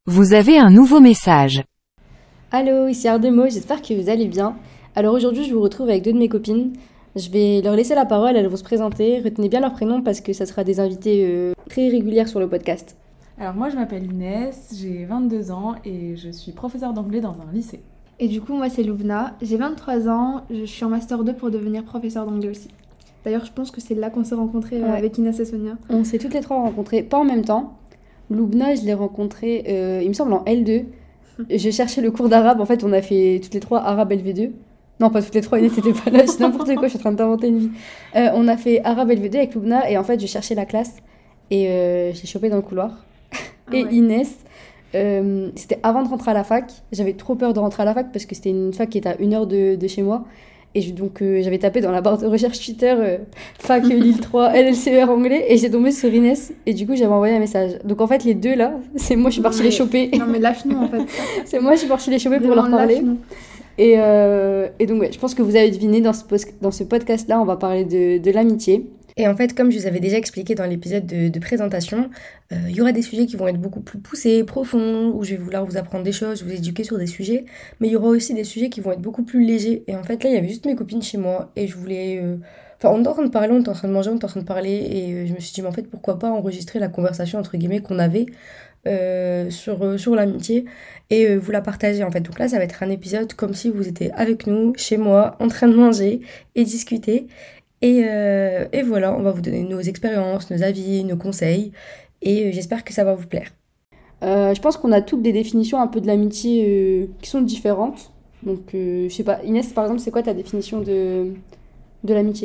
Vous avez un nouveau message. Allô, ici Ardemo, j'espère que vous allez bien. Alors aujourd'hui, je vous retrouve avec deux de mes copines. Je vais leur laisser la parole, elles vont se présenter. Retenez bien leur prénom parce que ça sera des invités très régulières sur le podcast. Alors moi je m'appelle Inès, j'ai 22 ans et je suis professeure d'anglais dans un lycée. Et du coup, moi c'est Loubna, j'ai 23 ans, je suis en Master 2 pour devenir professeure d'anglais aussi. D'ailleurs, je pense que c'est là qu'on s'est rencontrés avec Inès et Sonia. On s'est toutes les trois rencontrées, pas en même temps. Loubna, je l'ai rencontrée, il me semble, en L2. J'ai cherché le cours d'arabe, en fait on a fait toutes les trois arabe LV2. Non, pas toutes les trois, Inès n'était pas là, c'est n'importe quoi, je suis en train de t'inventer une vie. On a fait arabe LV2 avec Loubna et en fait je cherchais la classe et j'ai chopé dans le couloir. Et ouais. Inès, c'était avant de rentrer à la fac. J'avais trop peur de rentrer à la fac parce que c'était une fac qui était à 1 heure de chez moi. Et donc j'avais tapé dans la barre de recherche Twitter fac Lille 3 LLCR anglais et j'ai tombé sur Inès et du coup j'avais envoyé un message. Donc en fait les deux là, c'est moi je suis partie les choper. Non mais lâche-nous en fait. C'est moi je suis partie les choper pour Vraiment, leur parler. lâche-nous. Et donc ouais, je pense que vous avez deviné dans ce podcast là on va parler de l'amitié. Et en fait, comme je vous avais déjà expliqué dans l'épisode de présentation, il y aura des sujets qui vont être beaucoup plus poussés, profonds, où je vais vouloir vous apprendre des choses, vous éduquer sur des sujets, mais il y aura aussi des sujets qui vont être beaucoup plus légers. Et en fait, là, il y avait juste mes copines chez moi, et je voulais... Enfin, on était en train de parler, on était en train de manger, on était en train de parler, et je me suis dit, mais en fait, pourquoi pas enregistrer la conversation, entre guillemets, qu'on avait sur l'amitié, et vous la partager, en fait. Donc là, ça va être un épisode comme si vous étiez avec nous, chez moi, en train de manger et discuter. Et voilà, on va vous donner nos expériences, nos avis, nos conseils, et j'espère que ça va vous plaire. Je pense qu'on a toutes des définitions un peu de l'amitié qui sont différentes. Donc, je sais pas, Inès, par exemple, c'est quoi ta définition de l'amitié ?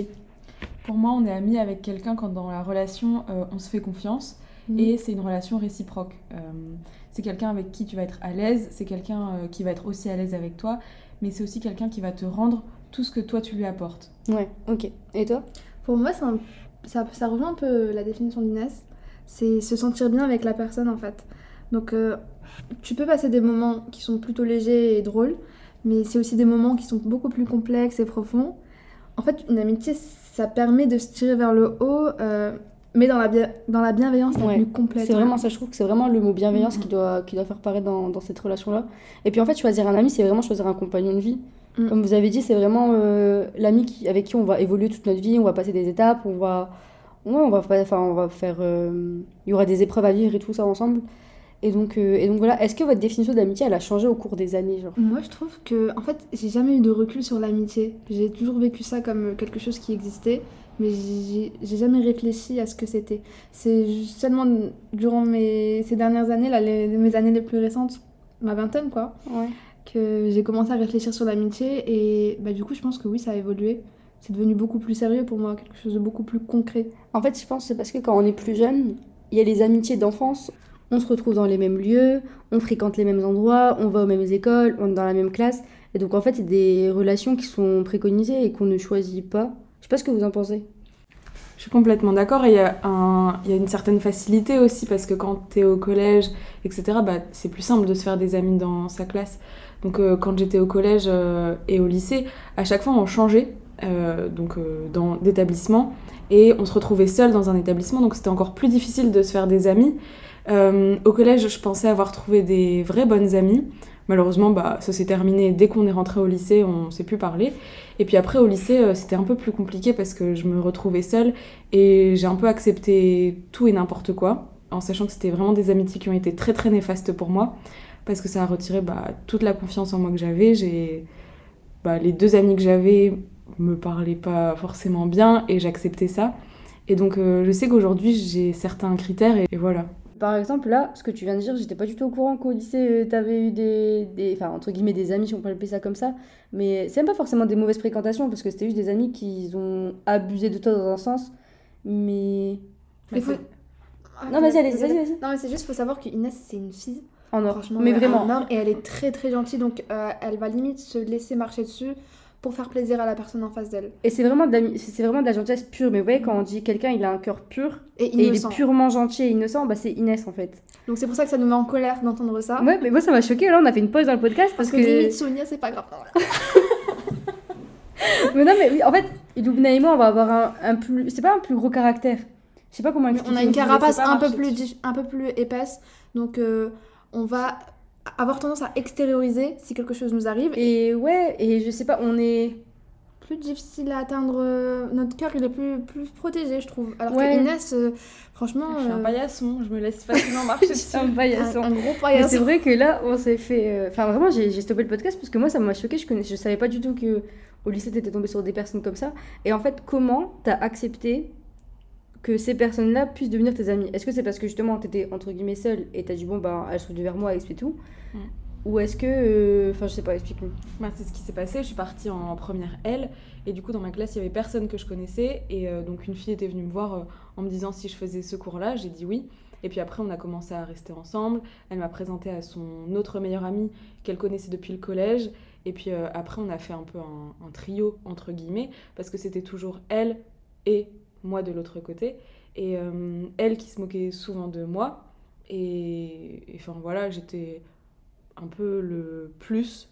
Pour moi on est amis avec quelqu'un quand dans la relation on se fait confiance et c'est une relation réciproque. C'est quelqu'un avec qui tu vas être à l'aise, c'est quelqu'un qui va être aussi à l'aise avec toi, mais c'est aussi quelqu'un qui va te rendre tout ce que toi tu lui apportes. Ouais, ok. Et toi ? Pour moi, ça rejoint un peu la définition d'Inès. C'est se sentir bien avec la personne en fait. Donc tu peux passer des moments qui sont plutôt légers et drôles, mais c'est aussi des moments qui sont beaucoup plus complexes et profonds. En fait, une amitié, ça permet de se tirer vers le haut, mais dans la bienveillance la plus complète. C'est vraiment ça, je trouve que c'est vraiment le mot bienveillance qui doit faire paraître dans cette relation-là. Et puis en fait, choisir un ami, c'est vraiment choisir un compagnon de vie. Comme vous avez dit, c'est vraiment l'ami avec qui on va évoluer toute notre vie, on va passer des étapes, on va faire... il y aura des épreuves à vivre et tout ça ensemble. Et donc voilà, est-ce que votre définition d'amitié, elle a changé au cours des années, genre ? Moi, je trouve que, en fait, j'ai jamais eu de recul sur l'amitié. J'ai toujours vécu ça comme quelque chose qui existait, mais j'ai jamais réfléchi à ce que c'était. C'est seulement durant ces dernières années, là, mes années les plus récentes, ma vingtaine, quoi, Ouais. que j'ai commencé à réfléchir sur l'amitié. Et bah, du coup, je pense que oui, ça a évolué. C'est devenu beaucoup plus sérieux pour moi, quelque chose de beaucoup plus concret. En fait, je pense que c'est parce que quand on est plus jeune, il y a les amitiés d'enfance. On se retrouve dans les mêmes lieux, on fréquente les mêmes endroits, on va aux mêmes écoles, on est dans la même classe. Et donc en fait, c'est des relations qui sont préconisées et qu'on ne choisit pas. Je sais pas ce que vous en pensez. Je suis complètement d'accord et il y a une certaine facilité aussi parce que quand t'es au collège, etc., bah, c'est plus simple de se faire des amis dans sa classe. Donc quand j'étais au collège et au lycée, à chaque fois on changeait d'établissement et on se retrouvait seul dans un établissement, donc c'était encore plus difficile de se faire des amis. Au collège, je pensais avoir trouvé des vraies bonnes amies. Malheureusement, bah, ça s'est terminé dès qu'on est rentré au lycée, on ne s'est plus parler. Et puis après, au lycée, c'était un peu plus compliqué parce que je me retrouvais seule et j'ai un peu accepté tout et n'importe quoi, en sachant que c'était vraiment des amitiés qui ont été très très néfastes pour moi parce que ça a retiré toute la confiance en moi que j'avais. Les deux amis que j'avais me parlaient pas forcément bien et j'acceptais ça. Et donc, je sais qu'aujourd'hui, j'ai certains critères et voilà. Par exemple, là, ce que tu viens de dire, j'étais pas du tout au courant qu'au lycée, t'avais eu enfin, entre guillemets, des amis, si on peut appeler ça comme ça. Mais c'est même pas forcément des mauvaises fréquentations, parce que c'était juste des amis qui ont abusé de toi dans un sens. Mais... Non, vas-y. Non, mais c'est juste, faut savoir que Inès, c'est une fille. En or. Franchement, Mais ouais, vraiment. en or, et elle est très très gentille, donc elle va limite se laisser marcher dessus pour faire plaisir à la personne en face d'elle. Et c'est vraiment de la gentillesse pure. Mais vous voyez, quand on dit quelqu'un, il a un cœur pur, Et et il innocent. est purement gentil et innocent, bah c'est Inès, en fait. Donc c'est pour ça que ça nous met en colère d'entendre ça. Ouais, mais moi, ça m'a choqué. Là, on a fait une pause dans le podcast Parce que limite, Sonia, c'est pas grave. Mais non, mais oui, en fait, Loubna et moi, on va avoir un plus... C'est pas un plus gros caractère. Je sais pas comment expliquer. On a une carapace pas un peu marcher plus épaisse, donc on va avoir tendance à extérioriser si quelque chose nous arrive. Et ouais, et je sais pas, on est... Plus difficile à atteindre, notre cœur il est plus protégé, je trouve. Alors Ouais. que Inès, franchement... Je suis un paillasson, je me laisse facilement marcher dessus. un paillasson. un gros Mais paillasson. c'est vrai que là, on s'est fait... Enfin, vraiment, j'ai stoppé le podcast parce que moi, ça m'a choqué. Je savais pas du tout que au lycée, t'étais tombée sur des personnes comme ça. Et en fait, comment t'as accepté que ces personnes-là puissent devenir tes amies? Est-ce que c'est parce que justement, t'étais entre guillemets seule et t'as dit, bon, bah, elles sont venues vers moi, et tout Ou est-ce que... Enfin, je sais pas, explique-nous. Bah, c'est ce qui s'est passé, je suis partie en première L et du coup dans ma classe il y avait personne que je connaissais et donc une fille était venue me voir en me disant si je faisais ce cours-là, j'ai dit oui et puis après on a commencé à rester ensemble, elle m'a présenté à son autre meilleure amie qu'elle connaissait depuis le collège et puis après on a fait un peu un trio entre guillemets parce que c'était toujours elle et moi de l'autre côté et elle qui se moquait souvent de moi et enfin voilà j'étais un peu le plus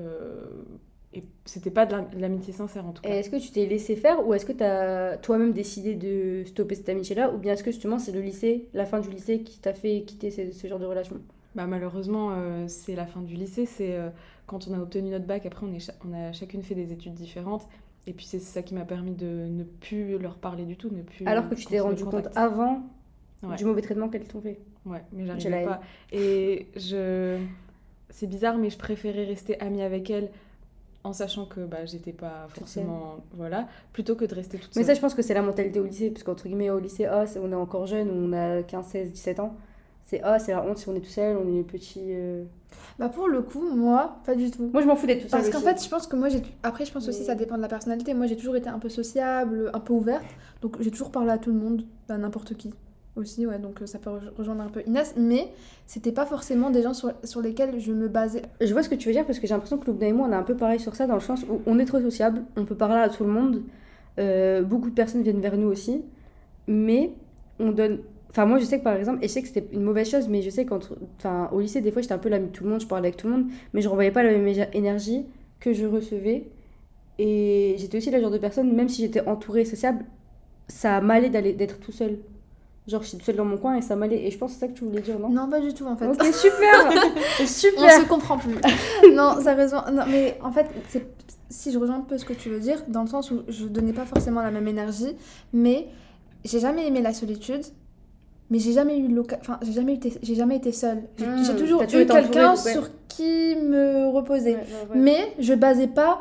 et c'était pas de l'amitié sincère en tout Et cas. est-ce que tu t'es laissé faire ou est-ce que t'as toi-même décidé de stopper cette amitié-là ou bien est-ce que justement c'est le lycée, la fin du lycée qui t'a fait quitter ce genre de relation? Bah, malheureusement c'est la fin du lycée, c'est quand on a obtenu notre bac, après on a chacune fait des études différentes et puis c'est ça qui m'a permis de ne plus leur parler du tout, ne plus Alors que tu t'es continuer rendu le compte contact. avant Ouais. du mauvais traitement qu'elles t'ont fait. Ouais, mais J'ai la j'arrivais haine. pas. Et c'est bizarre, mais je préférais rester amie avec elle en sachant que bah, j'étais pas forcément... Voilà, plutôt que de rester toute Mais seule. ça, je pense que c'est la mentalité au lycée, parce qu'entre guillemets, au lycée, on est encore jeune, on a 15, 16, 17 ans. C'est la honte si on est tout seul, on est petit. Bah pour le coup, moi, pas du tout. Moi, je m'en fous d'être toute seule. Parce qu'en aussi. fait, je pense que moi, après, je pense aussi Mais- ça dépend de la personnalité. Moi, j'ai toujours été un peu sociable, un peu ouverte. Donc, j'ai toujours parlé à tout le monde, à n'importe qui aussi. Ouais, donc ça peut rejoindre un peu Inès. Mais c'était pas forcément des gens sur lesquels je me basais. Je vois ce que tu veux dire, parce que j'ai l'impression que Loubna et moi, on est un peu pareil sur ça, dans le sens où on est trop sociable, on peut parler à tout le monde, beaucoup de personnes viennent vers nous aussi, mais on donne... Enfin, moi, je sais que par exemple, et je sais que c'était une mauvaise chose, mais je sais qu'au lycée, des fois, j'étais un peu l'amie de tout le monde, je parlais avec tout le monde, mais je renvoyais pas la même énergie que je recevais. Et j'étais aussi le genre de personne, même si j'étais entourée sociable, ça m'allait d'être tout seul. Genre, je suis toute seule dans mon coin et ça m'allait. Et je pense que c'est ça que tu voulais dire, non? Non, pas du tout en fait. Ok, super. On Super. se comprend plus. Non, sérieusement. Non, mais en fait, si je rejoins un peu ce que tu veux dire, dans le sens où je donnais pas forcément la même énergie, mais j'ai jamais aimé la solitude. Mais j'ai jamais eu enfin, j'ai jamais été seule. J'ai toujours t'as eu été entourée, quelqu'un ouais. sur qui me reposer. Ouais. Mais je basais pas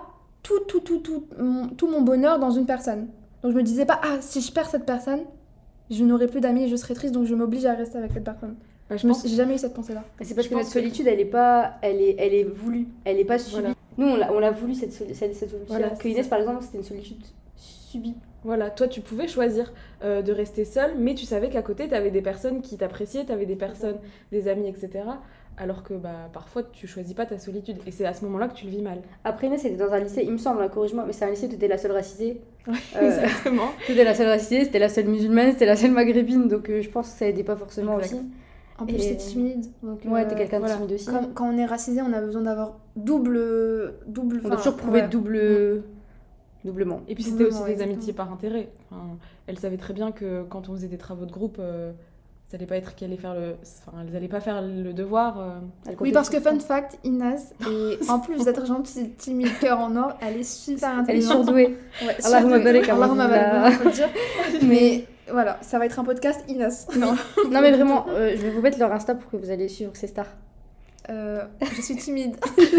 tout mon bonheur dans une personne. Donc je me disais pas, ah, si je perds cette personne, je n'aurai plus d'amis et je serai triste, donc je m'oblige à rester avec cette personne. Bah, je pense J'ai jamais eu cette pensée-là. Mais c'est parce Je que notre pense que- solitude, elle est voulue, elle est pas subie. Voilà. Nous, on l'a voulu cette solitude. Voilà, Que c'est Inès, ça. par exemple, c'était une solitude subie. Voilà, toi tu pouvais choisir de rester seule, mais tu savais qu'à côté t'avais des personnes qui t'appréciaient, t'avais des personnes, des amis, etc. Alors que bah, parfois tu choisis pas ta solitude et c'est à ce moment-là que tu le vis mal. Après, Inès, c'était dans un lycée, il me semble, hein, corrige-moi, mais c'est un lycée où t'étais la seule racisée. Exactement. T'étais la seule racisée, c'était la seule musulmane, c'était la seule maghrébine, donc je pense que ça aidait pas forcément Exact. aussi. En plus, Et- t'es timide. Donc, Ouais, t'es quelqu'un de voilà. timide aussi. Quand on est racisé, on a besoin d'avoir double. On doit enfin, toujours prouver ouais. Et doublement. puis c'était aussi Ouais, des exactement. amitiés par intérêt. Enfin, elle savait très bien que quand on faisait des travaux de groupe, ça allait pas être qu'elle allait faire elles allaient pas faire le devoir. Elle Oui, comptait parce que sur toi. fun fact, Inès, et en plus d'être gentille, timide, cœur en or, elle est super Elle est intelligente. surdouée. Ouais, Allahumma surdouée. barik, Allahumma Alhamdulillah. barik, faut le dire. Mais voilà, ça va être un podcast Inès. Non. Non, mais vraiment, je vais vous mettre leur Insta pour que vous allez suivre ces stars. Je suis timide.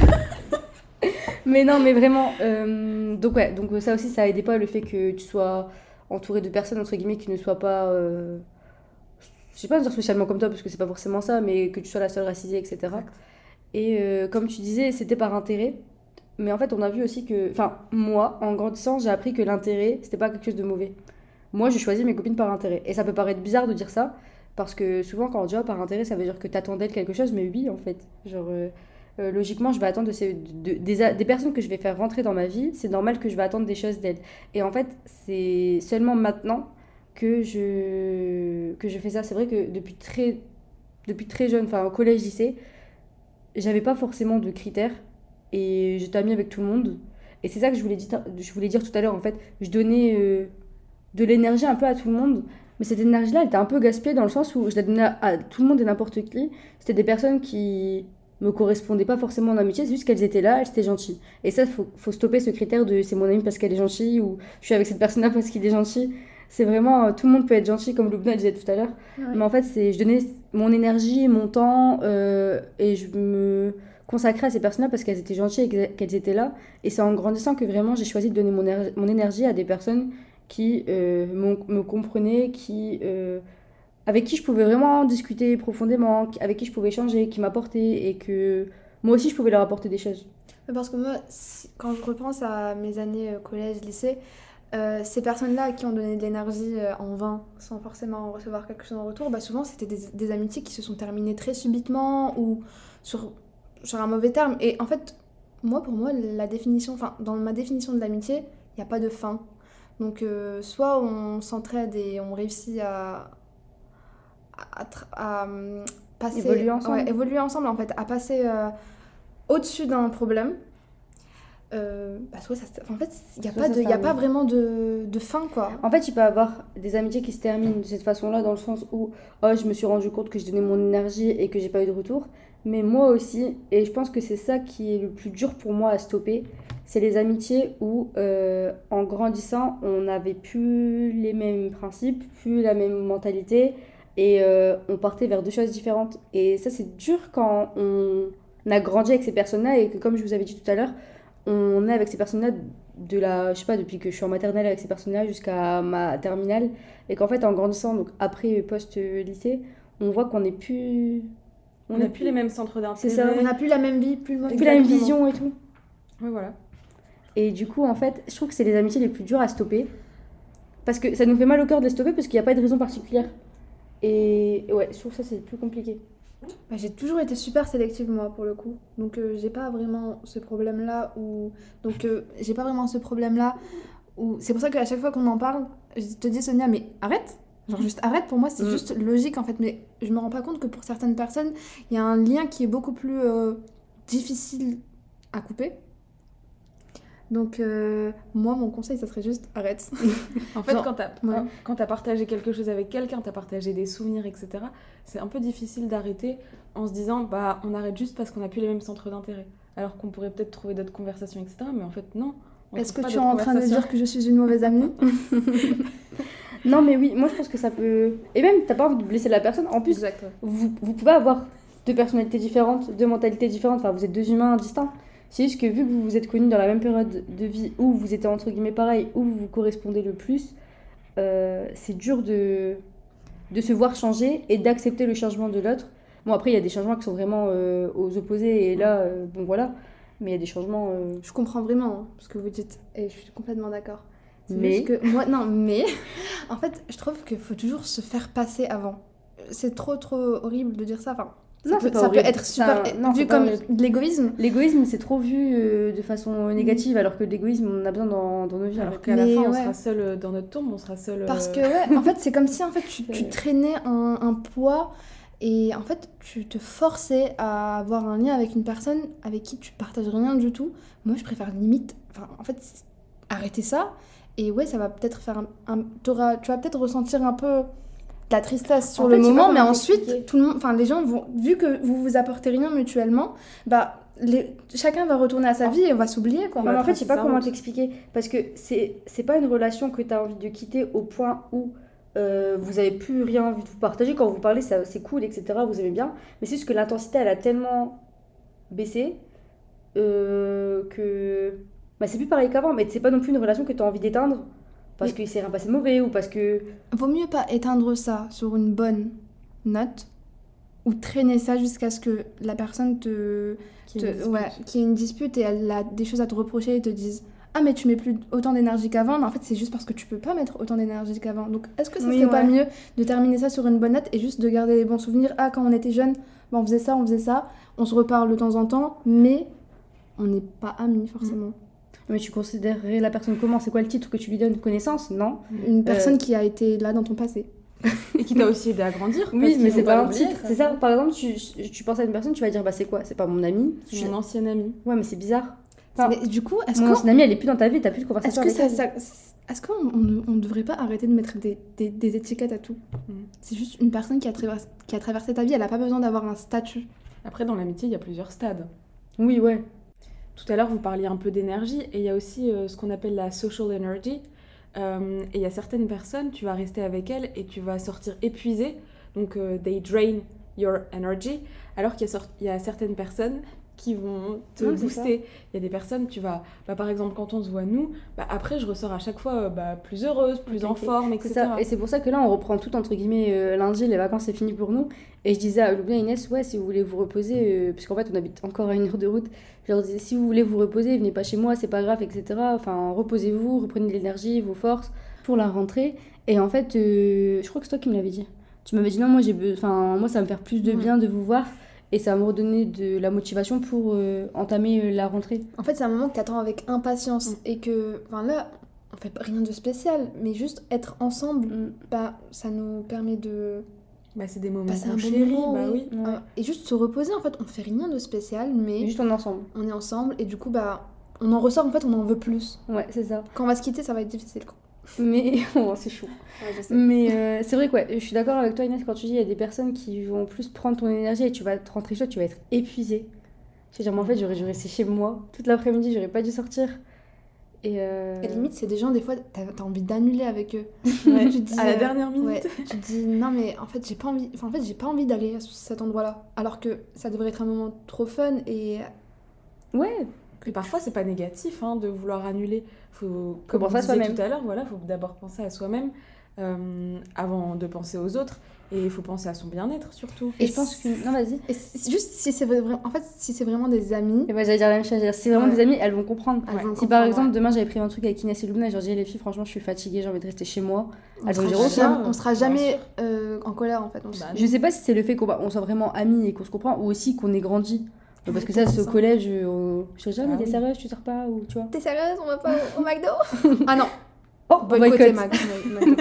Mais non, mais vraiment, donc ouais, donc ça aussi, ça aidait pas le fait que tu sois entouré de personnes, entre guillemets, qui ne soient pas, je sais pas dire socialement comme toi, parce que c'est pas forcément ça, mais que tu sois la seule racisée, etc. Exact. Et comme tu disais, c'était par intérêt. Mais en fait, on a vu aussi que, enfin, moi, en grandissant, j'ai appris que l'intérêt, c'était pas quelque chose de mauvais. Moi, j'ai choisi mes copines par intérêt. Et ça peut paraître bizarre de dire ça, parce que souvent, quand on dit par intérêt, ça veut dire que t'attendais de quelque chose, mais oui, en fait. Genre, logiquement, je vais attendre des personnes que je vais faire rentrer dans ma vie, c'est normal que je vais attendre des choses d'elles. Et en fait, c'est seulement maintenant que je fais ça. C'est vrai que depuis très jeune, enfin au collège, lycée, j'avais pas forcément de critères et j'étais amie avec tout le monde. Et c'est ça que je voulais dire tout à l'heure, en fait. Je donnais de l'énergie un peu à tout le monde, Mais cette énergie-là, elle était un peu gaspillée dans le sens où je la donnais à tout le monde et n'importe qui. C'était des personnes qui me correspondaient pas forcément en amitié, c'est juste qu'elles étaient là, elles étaient gentilles. Et ça, faut stopper ce critère de c'est mon ami parce qu'elle est gentille ou je suis avec cette personne-là parce qu'il est gentil. C'est vraiment, tout le monde peut être gentil, comme Lubna disait tout à l'heure. Ouais. Mais en fait, je donnais mon énergie, mon temps, et je me consacrais à ces personnes-là parce qu'elles étaient gentilles et qu'elles étaient là. Et c'est en grandissant que vraiment j'ai choisi de donner mon énergie à des personnes qui me comprenaient, avec qui je pouvais vraiment discuter profondément, avec qui je pouvais échanger, qui m'apportaient et que moi aussi je pouvais leur apporter des choses. Parce que moi, quand je repense à mes années collège, lycée, ces personnes-là qui ont donné de l'énergie en vain sans forcément recevoir quelque chose en retour, bah souvent c'était des amitiés qui se sont terminées très subitement ou sur un mauvais terme. Et en fait, pour moi, dans ma définition de l'amitié, il n'y a pas de fin. Donc soit on s'entraide et on réussit à passer... évoluer ensemble, en fait, à passer au-dessus d'un problème. En fait, il n'y a pas vraiment de fin, quoi. En fait, il peut y avoir des amitiés qui se terminent de cette façon-là, dans le sens où je me suis rendu compte que je donnais mon énergie et que j'ai pas eu de retour. Mais moi aussi, et je pense que c'est ça qui est le plus dur pour moi à stopper, c'est les amitiés où, en grandissant, on n'avait plus les mêmes principes, plus la même mentalité, et on partait vers deux choses différentes. Et ça, c'est dur quand on a grandi avec ces personnes-là et que, comme je vous avais dit tout à l'heure, on est avec ces personnes-là depuis que je suis en maternelle avec ces personnes-là jusqu'à ma terminale. Et qu'en fait, en grandissant, donc après post-lycée, on voit qu'on n'est plus... On n'a plus les mêmes centres d'intérêt. C'est ça. On n'a plus la même vie, plus la même vision et tout. Oui, voilà. Et du coup, en fait, je trouve que c'est les amitiés les plus dures à stopper. Parce que ça nous fait mal au cœur de les stopper parce qu'il n'y a pas de raison particulière. Et ouais, je trouve que ça, c'est plus compliqué. Bah, j'ai toujours été super sélective, moi, pour le coup. Donc, j'ai pas vraiment ce problème-là où... C'est pour ça qu'à chaque fois qu'on en parle, je te dis, Sonia, mais arrête! Genre juste arrête, pour moi c'est juste logique en fait, mais je me rends pas compte que pour certaines personnes il y a un lien qui est beaucoup plus difficile à couper. Donc moi mon conseil ça serait juste arrête. En fait quand t'as partagé quelque chose avec quelqu'un, t'as partagé des souvenirs, etc., c'est un peu difficile d'arrêter en se disant on arrête juste parce qu'on n'a plus les mêmes centres d'intérêt, alors qu'on pourrait peut-être trouver d'autres conversations, etc., mais en fait non. Est-ce que tu es en train de dire que je suis une mauvaise amie? Non mais oui, moi je pense que ça peut... Et même, t'as pas envie de blesser la personne. En plus, vous pouvez avoir deux personnalités différentes, deux mentalités différentes. Enfin, vous êtes deux humains distincts. C'est juste que vu que vous vous êtes connus dans la même période de vie, où vous étiez entre guillemets pareil, où vous vous correspondez le plus, c'est dur de se voir changer et d'accepter le changement de l'autre. Bon, après, il y a des changements qui sont vraiment aux opposés. Et là, voilà. Mais il y a des changements... Je comprends vraiment ce que vous dites. Et je suis complètement d'accord. Mais en fait je trouve qu'il faut toujours se faire passer avant. C'est trop horrible de dire ça. Enfin, ça peut être super vu comme de l'égoïsme. L'égoïsme c'est trop vu de façon négative, alors que l'égoïsme on en a besoin dans nos vies. Alors qu'à la fin on sera seul dans notre tombe, on sera seul. Parce que en fait c'est comme si en fait tu traînais un poids. Et en fait, tu te forçais à avoir un lien avec une personne avec qui tu partages rien du tout. Moi, je préfère limite... arrêter ça. Et ouais, ça va peut-être faire tu vas peut-être ressentir un peu de la tristesse sur le moment, mais ensuite, les gens vont... Vu que vous vous apportez rien mutuellement, chacun va retourner à sa vie et on va s'oublier, quoi. Mais en fait, je sais pas comment t'expliquer. Parce que c'est pas une relation que t'as envie de quitter au point où... vous avez plus rien envie de vous partager. Quand vous parlez, c'est cool, etc. Vous aimez bien. Mais c'est juste que l'intensité, elle a tellement baissé que... c'est plus pareil qu'avant. Mais c'est pas non plus une relation que tu as envie d'éteindre parce qu'il s'est rien passé de mauvais ou parce que... Vaut mieux pas éteindre ça sur une bonne note ou traîner ça jusqu'à ce que la personne qu'il y ait une dispute et elle a des choses à te reprocher et te dise... Ah mais tu mets plus autant d'énergie qu'avant, mais en fait c'est juste parce que tu peux pas mettre autant d'énergie qu'avant. Donc est-ce que ça serait pas mieux de terminer ça sur une bonne note et juste de garder les bons souvenirs? Ah, quand on était jeune, on faisait ça, on se reparle de temps en temps, mais on n'est pas amis forcément. Mais tu considérerais la personne comment? C'est quoi le titre que tu lui donnes? Connaissance? Non. Une personne qui a été là dans ton passé. Et qui t'a aussi aidé à grandir. Oui, mais c'est pas un titre. C'est ça, par exemple, tu penses à une personne, tu vas dire c'est quoi? C'est pas mon ami? C'est mon ancienne amie. Ouais, mais c'est bizarre. Mais du coup, mon ancienne amie, elle est plus dans ta vie, t'as plus de conversation avec elle. est-ce qu'on ne devrait pas arrêter de mettre des étiquettes à tout? C'est juste une personne qui a traversé ta vie, elle n'a pas besoin d'avoir un statut. Après, dans l'amitié, il y a plusieurs stades. Oui, ouais. Tout à l'heure, vous parliez un peu d'énergie, et il y a aussi ce qu'on appelle la social energy. Et il y a certaines personnes, tu vas rester avec elles et tu vas sortir épuisé, donc they drain your energy, alors qu'il y a certaines personnes qui vont te booster. Il y a des personnes, tu vas, par exemple, quand on se voit nous, après je ressors à chaque fois plus heureuse, plus en forme, etc. C'est ça. Et c'est pour ça que là on reprend tout entre guillemets lundi, les vacances c'est fini pour nous. Et je disais à Loubna et Inès, ouais, si vous voulez vous reposer, puisqu'en fait on habite encore à 1 heure de route, je leur disais, si vous voulez vous reposer, venez pas chez moi, c'est pas grave, etc. Enfin, reposez-vous, reprenez de l'énergie, vos forces pour la rentrée. Et en fait, je crois que c'est toi qui me l'avais dit. Tu m'avais dit non, moi ça va me faire plus de bien de vous voir. Et ça va me redonner de la motivation pour entamer la rentrée. En fait, c'est un moment que t'attends avec impatience. Et que, là, on fait rien de spécial. Mais juste être ensemble, ça nous permet de... c'est des moments qu'on chérit, oui. Ouais. Et juste se reposer, en fait, on fait rien de spécial, mais... Juste on est ensemble. On est ensemble, et du coup, on en ressort, en fait, on en veut plus. Ouais, c'est ça. Quand on va se quitter, ça va être difficile. Mais c'est chaud. Ouais, je sais. Mais c'est vrai que je suis d'accord avec toi Inès quand tu dis il y a des personnes qui vont plus prendre ton énergie et tu vas te rentrer chez toi, tu vas être épuisée. Je veux dire, moi en fait j'aurais dû rester chez moi toute l'après-midi, j'aurais pas dû sortir. Et limite c'est des gens des fois t'as envie d'annuler avec eux. Ouais, tu dis, à la dernière minute. Ouais, tu te dis non mais en fait j'ai pas envie d'aller à cet endroit-là. Alors que ça devrait être un moment trop fun et... Ouais. Et parfois, c'est pas négatif de vouloir annuler. Comme on disait tout à l'heure, faut d'abord penser à soi-même avant de penser aux autres. Et il faut penser à son bien-être surtout. Et je pense que... Non, vas-y. Et juste si c'est vraiment... En fait, si c'est vraiment des amis... Et j'allais dire la même chose. Si c'est vraiment des amis, elles vont comprendre. Si par exemple, demain, j'avais pris un truc avec Inès et Loubna et je leur disais, les filles, franchement, je suis fatiguée, j'ai envie de rester chez moi. Elles vont dire, on sera jamais en colère, en fait. Je sais pas si c'est le fait qu'on soit vraiment amis et qu'on se comprend ou aussi qu'on ait grandi. Parce que ça, c'est au collège, je sais jamais, t'es sérieuse, tu sors pas ou tu vois. T'es sérieuse, on va pas au McDo? Ah non. Boycott. McDo.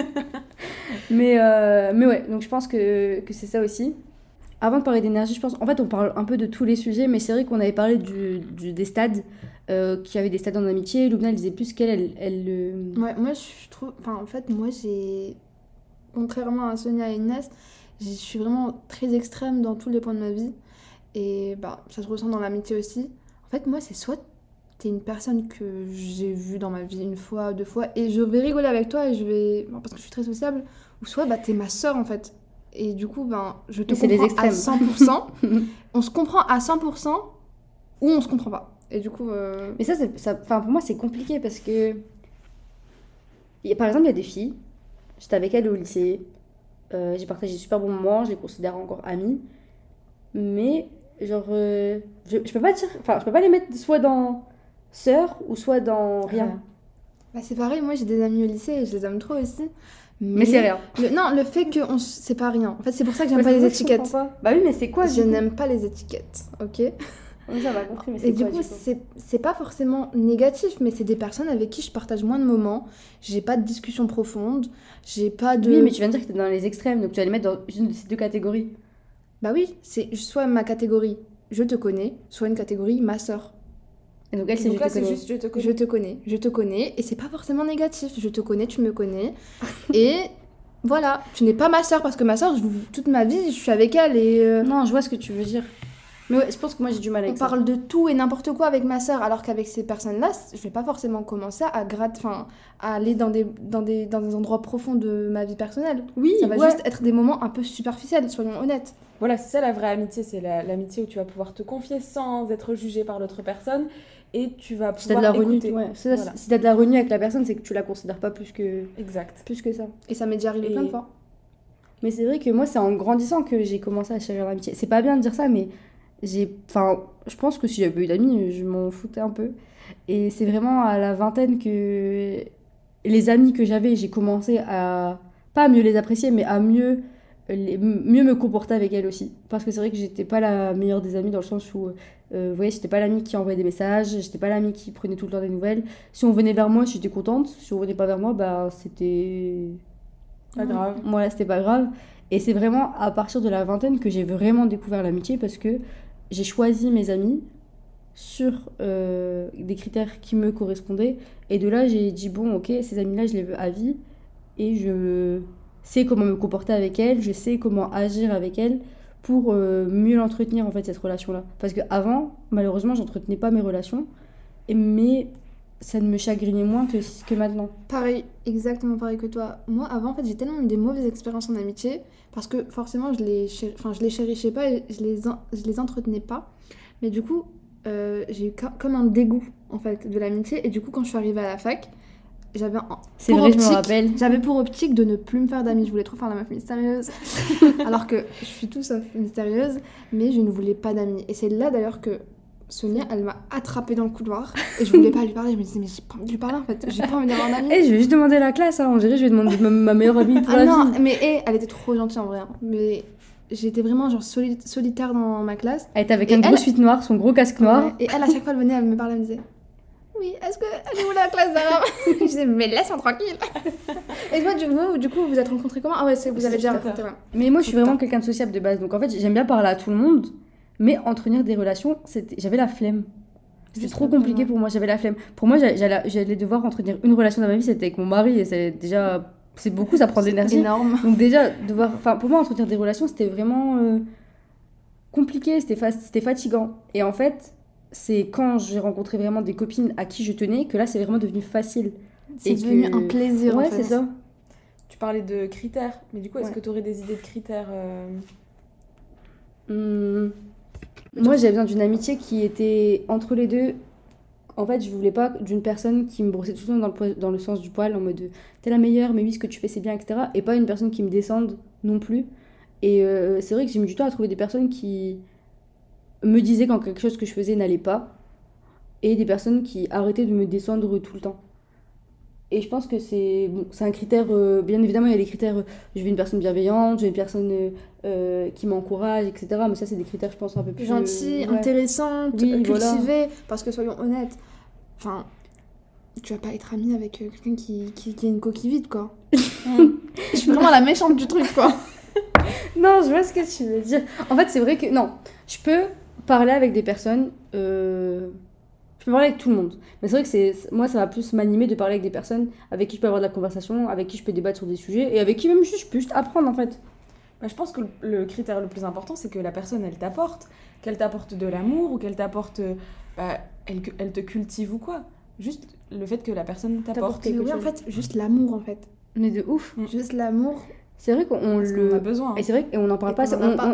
mais ouais, donc je pense que c'est ça aussi. Avant de parler d'énergie, je pense, en fait, on parle un peu de tous les sujets, mais c'est vrai qu'on avait parlé des stades, qu'il y avait des stades en amitié. Loubna, elle disait plus qu'elle. Ouais, moi, je trouve. Enfin, en fait, moi, j'ai. Contrairement à Sonia et Inès, je suis vraiment très extrême dans tous les points de ma vie. Et ça se ressent dans l'amitié aussi. En fait, moi, c'est soit t'es une personne que j'ai vue dans ma vie 1 fois, 2 fois, et je vais rigoler avec toi, et parce que je suis très sociable, ou soit t'es ma sœur, en fait. Et du coup, je te comprends à 100%. On se comprend à 100%, ou on se comprend pas. Et du coup... Mais ça, pour moi, c'est compliqué, parce que... Par exemple, il y a des filles, j'étais avec elles au lycée, j'ai partagé de super bons moments, je les considère encore amies, mais... Genre, je peux pas dire, je peux pas les mettre soit dans sœur ou soit dans rien. C'est pareil, moi j'ai des amis au lycée et je les aime trop aussi. Mais c'est rien. Le fait que c'est pas rien. En fait, c'est pour ça que j'aime pas les étiquettes. Bah oui, mais c'est quoi Je n'aime pas les étiquettes, ok? Ça va compris, mais c'est et du coup, c'est pas forcément négatif, mais c'est des personnes avec qui je partage moins de moments. J'ai pas de discussion profonde, j'ai pas de... Oui, mais tu viens de dire que t'es dans les extrêmes, donc tu vas les mettre dans une de ces 2 catégories. Bah oui, c'est soit ma catégorie je te connais, soit une catégorie ma sœur. Et donc elle, c'est juste je te connais, et c'est pas forcément négatif. Je te connais, tu me connais. Et voilà, tu n'es pas ma sœur, parce que ma sœur, toute ma vie, je suis avec elle et... Non, je vois ce que tu veux dire. Mais ouais, je pense que moi j'ai du mal avec ça. On parle de tout et n'importe quoi avec ma sœur, alors qu'avec ces personnes-là, je vais pas forcément commencer à aller dans des endroits profonds de ma vie personnelle. Oui, ça va juste être des moments un peu superficiels, soyons honnêtes. Voilà, c'est ça la vraie amitié, c'est l'amitié où tu vas pouvoir te confier sans être jugé par l'autre personne et tu vas pouvoir écouter. Si t'as de la retenue avec la personne, c'est que tu la considères pas plus que ça. Et ça m'est déjà arrivé plein de fois. Mais c'est vrai que moi, c'est en grandissant que j'ai commencé à chérir l'amitié. C'est pas bien de dire ça, mais je pense que si j'avais pas eu d'amis, je m'en foutais un peu. Et c'est vraiment à la vingtaine que les amis que j'avais, j'ai commencé à pas mieux les apprécier, mais à mieux me comporter avec elles aussi. Parce que c'est vrai que j'étais pas la meilleure des amies dans le sens où, vous voyez, j'étais pas l'amie qui envoyait des messages, j'étais pas l'amie qui prenait tout le temps des nouvelles. Si on venait vers moi, j'étais contente. Si on venait pas vers moi, c'était... Pas grave. Voilà, c'était pas grave. Et c'est vraiment à partir de la vingtaine que j'ai vraiment découvert l'amitié parce que j'ai choisi mes amis sur des critères qui me correspondaient. Et de là, j'ai dit, bon, ok, ces amies-là, je les veux à vie. Et je sais comment me comporter avec elles, je sais comment agir avec elles pour mieux l'entretenir, en fait, cette relation-là. Parce qu'avant, malheureusement, j'entretenais pas mes relations, mais ça ne me chagrinait moins que maintenant. Pareil, exactement pareil que toi. Moi, avant, en fait, j'ai tellement eu des mauvaises expériences en amitié parce que forcément, je les chérissais pas et je les entretenais pas. Mais du coup, j'ai eu comme un dégoût, en fait, de l'amitié. Et du coup, quand je suis arrivée à la fac, c'est vrai, je me rappelle. J'avais pour optique de ne plus me faire d'amis. Je voulais trop faire la meuf mystérieuse. Alors que je suis tout sauf mystérieuse, mais je ne voulais pas d'amis. Et c'est là d'ailleurs que Sonia, elle m'a attrapée dans le couloir et je voulais pas lui parler. Je me disais, mais j'ai pas envie de lui parler en fait. J'ai pas envie d'avoir un ami. Je vais juste demander la classe, hein. On dirait, je vais demander ma meilleure amie pour la non, vie. mais elle était trop gentille en vrai. Hein. Mais j'étais vraiment genre solitaire dans ma classe. Elle était avec un gros sweat noir, son gros casque noir. Ouais. Et elle, à chaque fois, elle venait, elle me parlait, elle me disait. Oui, est-ce que elle est où la classe d'arabe? Je disais, mais laisse-moi tranquille. Et toi, du coup, vous êtes rencontrés comment? Ah ouais, vous avez déjà rencontré. Ouais. Mais moi, je suis vraiment quelqu'un de sociable de base. Donc en fait, j'aime bien parler à tout le monde. Mais entretenir des relations, j'avais la flemme. C'était trop compliqué pour moi, j'avais la flemme. Pour moi, j'allais devoir entretenir une relation dans ma vie, c'était avec mon mari. Et c'est beaucoup, ça prend de l'énergie. Énorme. Donc déjà, pour moi, entretenir des relations, c'était vraiment compliqué, c'était fatigant. Et en fait, c'est quand j'ai rencontré vraiment des copines à qui je tenais que là, c'est vraiment devenu facile. C'est devenu un plaisir, ouais, en fait. c'est ça. Tu parlais de critères, mais du coup, est-ce que tu aurais des idées de critères Moi, j'avais besoin d'une amitié qui était entre les deux. En fait, je voulais pas d'une personne qui me brossait tout le temps dans le sens du poil, en mode t'es la meilleure, mais oui, ce que tu fais, c'est bien, etc. Et pas une personne qui me descende non plus. Et c'est vrai que j'ai mis du temps à trouver des personnes qui me disaient quand quelque chose que je faisais n'allait pas, et des personnes qui arrêtaient de me descendre tout le temps. Et je pense que c'est un critère, bien évidemment, il y a des critères, je veux une personne bienveillante, je veux une personne qui m'encourage, etc. Mais ça, c'est des critères, je pense, un peu plus... Gentille, intéressante, cultivée, voilà. Parce que soyons honnêtes, enfin, tu vas pas être amie avec quelqu'un qui a une coquille vide, quoi. Je suis vraiment la méchante du truc, quoi. Non, je vois ce que tu veux dire. En fait, c'est vrai que, non, je peux parler avec des personnes... Je peux parler avec tout le monde. Mais c'est vrai que moi, ça va plus m'animer de parler avec des personnes avec qui je peux avoir de la conversation, avec qui je peux débattre sur des sujets, et avec qui même je peux juste apprendre, en fait. Bah, je pense que le critère le plus important, c'est que la personne, elle t'apporte. Qu'elle t'apporte de l'amour, ou qu'elle t'apporte... elle te cultive ou quoi. Juste le fait que la personne t'apporte. Oui, en fait, juste l'amour, en fait. Mais de ouf. Juste l'amour. C'est vrai qu'on a besoin. Hein. Et c'est vrai qu'on n'en parle pas.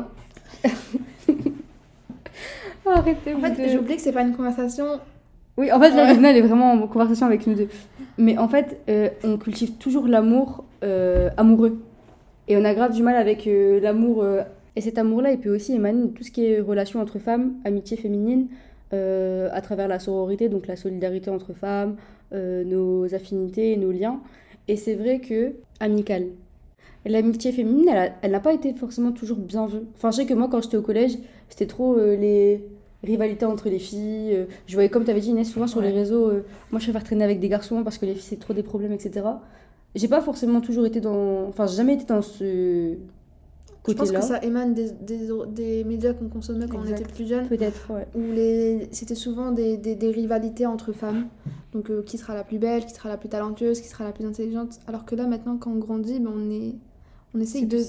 Arrêtez. En fait, j'ai oublié que c'est pas une conversation... Oui, en fait, là, Luna, elle est vraiment en conversation avec nous deux. Mais en fait, on cultive toujours l'amour amoureux. Et on a grave du mal avec l'amour. Et cet amour-là, il peut aussi émaner de tout ce qui est relation entre femmes, amitié féminine, à travers la sororité, donc la solidarité entre femmes, nos affinités et nos liens. Et c'est vrai que, amicale. L'amitié féminine, elle n'a pas été forcément toujours bien vue. Enfin, je sais que moi, quand j'étais au collège, c'était trop les... rivalité entre les filles, je voyais comme tu avais dit Inès souvent sur les réseaux, moi je préfère traîner avec des garçons parce que les filles c'est trop des problèmes, etc. J'ai pas forcément toujours été j'ai jamais été dans ce côté-là. Je pense que ça émane des médias qu'on consommait quand on était plus jeune. Peut-être, ouais. Où c'était souvent des rivalités entre femmes. Donc qui sera la plus belle, qui sera la plus talentueuse, qui sera la plus intelligente. Alors que là maintenant quand on grandit, on essaye de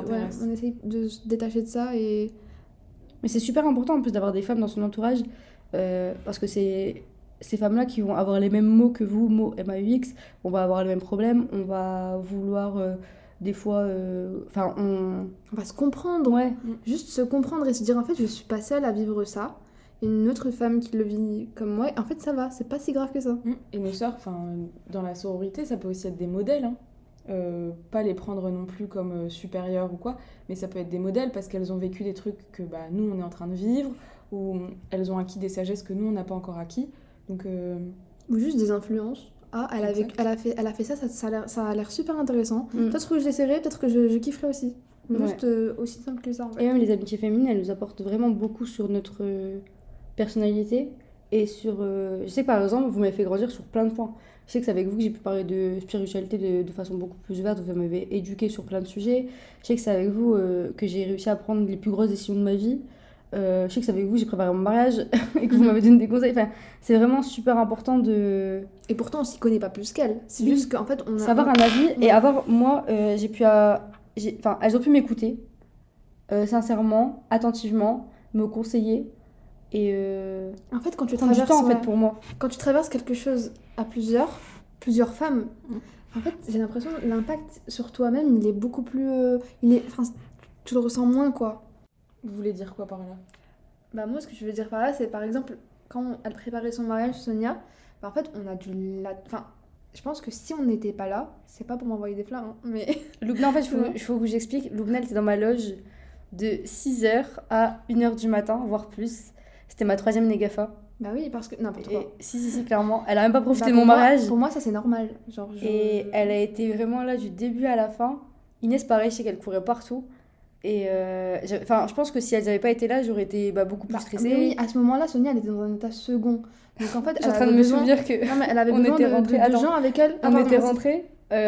se détacher de ça et... Mais c'est super important en plus d'avoir des femmes dans son entourage parce que c'est ces femmes-là qui vont avoir les mêmes mots que vous, mots MAUX, on va avoir les mêmes problèmes, on va vouloir des fois... on va se comprendre, ouais. Juste se comprendre et se dire en fait je suis pas seule à vivre ça. Une autre femme qui le vit comme moi, en fait ça va, c'est pas si grave que ça. Et nos sœurs, dans la sororité, ça peut aussi être des modèles, hein. Pas les prendre non plus comme supérieures ou quoi, mais ça peut être des modèles parce qu'elles ont vécu des trucs que nous on est en train de vivre, ou elles ont acquis des sagesses que nous on n'a pas encore acquis, donc ou juste des influences. Elle a fait ça, ça a l'air super intéressant. Peut-être que je l'essaierai, peut-être que je kifferai aussi. Juste aussi simple que ça en fait. Et même les amitiés féminines, elles nous apportent vraiment beaucoup sur notre personnalité et sur... je sais que par exemple vous m'avez fait grandir sur plein de points. Je sais que c'est avec vous que j'ai pu parler de spiritualité de façon beaucoup plus ouverte, vous m'avez éduqué sur plein de sujets. Je sais que c'est avec vous que j'ai réussi à prendre les plus grosses décisions de ma vie. Je sais que c'est avec vous, j'ai préparé mon mariage et que vous m'avez donné des conseils. Enfin, c'est vraiment super important de Et pourtant, on s'y connaît pas plus qu'elle. C'est Oui. juste qu'en fait, on a. savoir un avis et avoir, moi, enfin, elles ont pu m'écouter, sincèrement, attentivement, me conseiller et En fait, quand tu prendre du traverses. temps, en fait, Ouais. pour moi. Quand tu traverses quelque chose à plusieurs femmes, en fait, j'ai l'impression que l'impact sur toi-même, il est beaucoup plus. Enfin, tu le ressens moins, quoi. Vous voulez dire quoi par là? Bah, moi, ce que je veux dire par là, c'est par exemple, quand elle préparait son mariage, Sonia, bah, en fait, on a dû la. Enfin, je pense que si on n'était pas là, c'est pas pour m'envoyer des fleurs, hein, mais. Loubna, en fait, Ouais. il faut que j'explique. Loubna, elle était dans ma loge de 6h à 1h du matin, voire plus. C'était ma 3e négafa. Bah oui, parce que. N'importe Et quoi. si, clairement. Elle a même pas profité Bah, de mon pour moi- mariage. Pour moi, ça, c'est normal. Genre, Et elle a été vraiment là du début à la fin. Inès, pareil, je sais qu'elle courait partout. Et je pense que si elles n'avaient pas été là, j'aurais été beaucoup plus Bah, stressée. mais oui, à ce moment-là, Sonia, elle était dans un état second. Donc en fait, Je suis en elle train de avait me besoin- souvenir que Non, mais elle avait on besoin était de rentrés- de attends. gens avec elle. on était pardon, rentrés,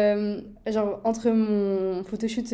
genre entre mon photoshoot